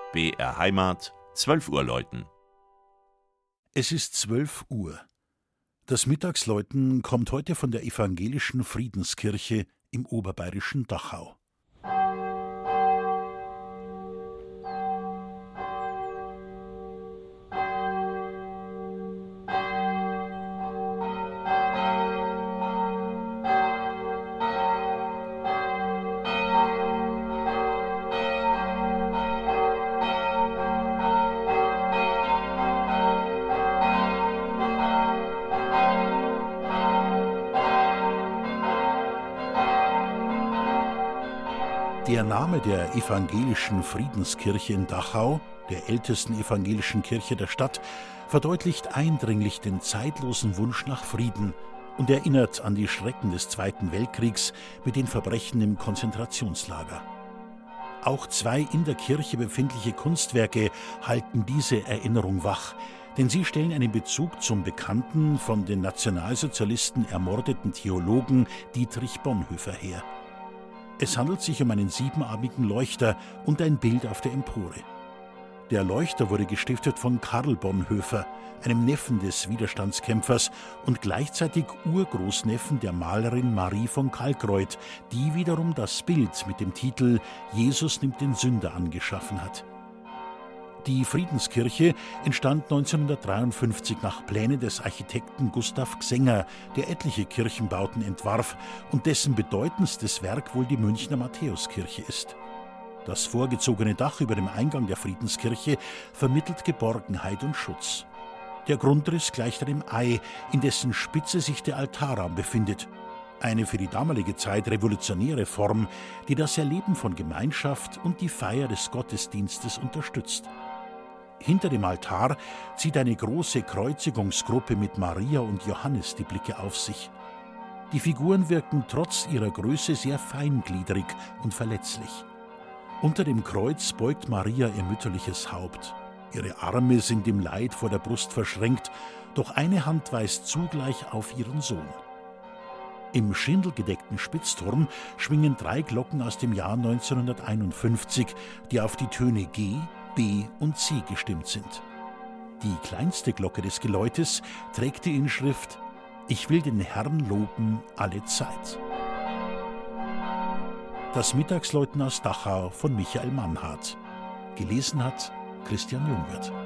BR Heimat, 12 Uhr läuten. Es ist 12 Uhr. Das Mittagsläuten kommt heute von der evangelischen Friedenskirche im oberbayerischen Dachau. Der Name der evangelischen Friedenskirche in Dachau, der ältesten evangelischen Kirche der Stadt, verdeutlicht eindringlich den zeitlosen Wunsch nach Frieden und erinnert an die Schrecken des Zweiten Weltkriegs mit den Verbrechen im Konzentrationslager. Auch zwei in der Kirche befindliche Kunstwerke halten diese Erinnerung wach, denn sie stellen einen Bezug zum bekannten, von den Nationalsozialisten ermordeten Theologen Dietrich Bonhoeffer her. Es handelt sich um einen siebenarmigen Leuchter und ein Bild auf der Empore. Der Leuchter wurde gestiftet von Karl Bonhoeffer, einem Neffen des Widerstandskämpfers und gleichzeitig Urgroßneffen der Malerin Marie von Kalckreuth, die wiederum das Bild mit dem Titel »Jesus nimmt den Sünder an« geschaffen hat. Die Friedenskirche entstand 1953 nach Plänen des Architekten Gustav Gsenger, der etliche Kirchenbauten entwarf und dessen bedeutendstes Werk wohl die Münchner Matthäuskirche ist. Das vorgezogene Dach über dem Eingang der Friedenskirche vermittelt Geborgenheit und Schutz. Der Grundriss gleicht einem Ei, in dessen Spitze sich der Altarraum befindet. Eine für die damalige Zeit revolutionäre Form, die das Erleben von Gemeinschaft und die Feier des Gottesdienstes unterstützt. Hinter dem Altar zieht eine große Kreuzigungsgruppe mit Maria und Johannes die Blicke auf sich. Die Figuren wirken trotz ihrer Größe sehr feingliedrig und verletzlich. Unter dem Kreuz beugt Maria ihr mütterliches Haupt. Ihre Arme sind im Leid vor der Brust verschränkt, doch eine Hand weist zugleich auf ihren Sohn. Im schindelgedeckten Spitzturm schwingen 3 Glocken aus dem Jahr 1951, die auf die Töne G, B und C gestimmt sind. Die kleinste Glocke des Geläutes trägt die Inschrift »Ich will den Herrn loben alle Zeit«. Das Mittagsläuten aus Dachau von Michael Mannhardt. Gelesen hat Christian Jungwirth.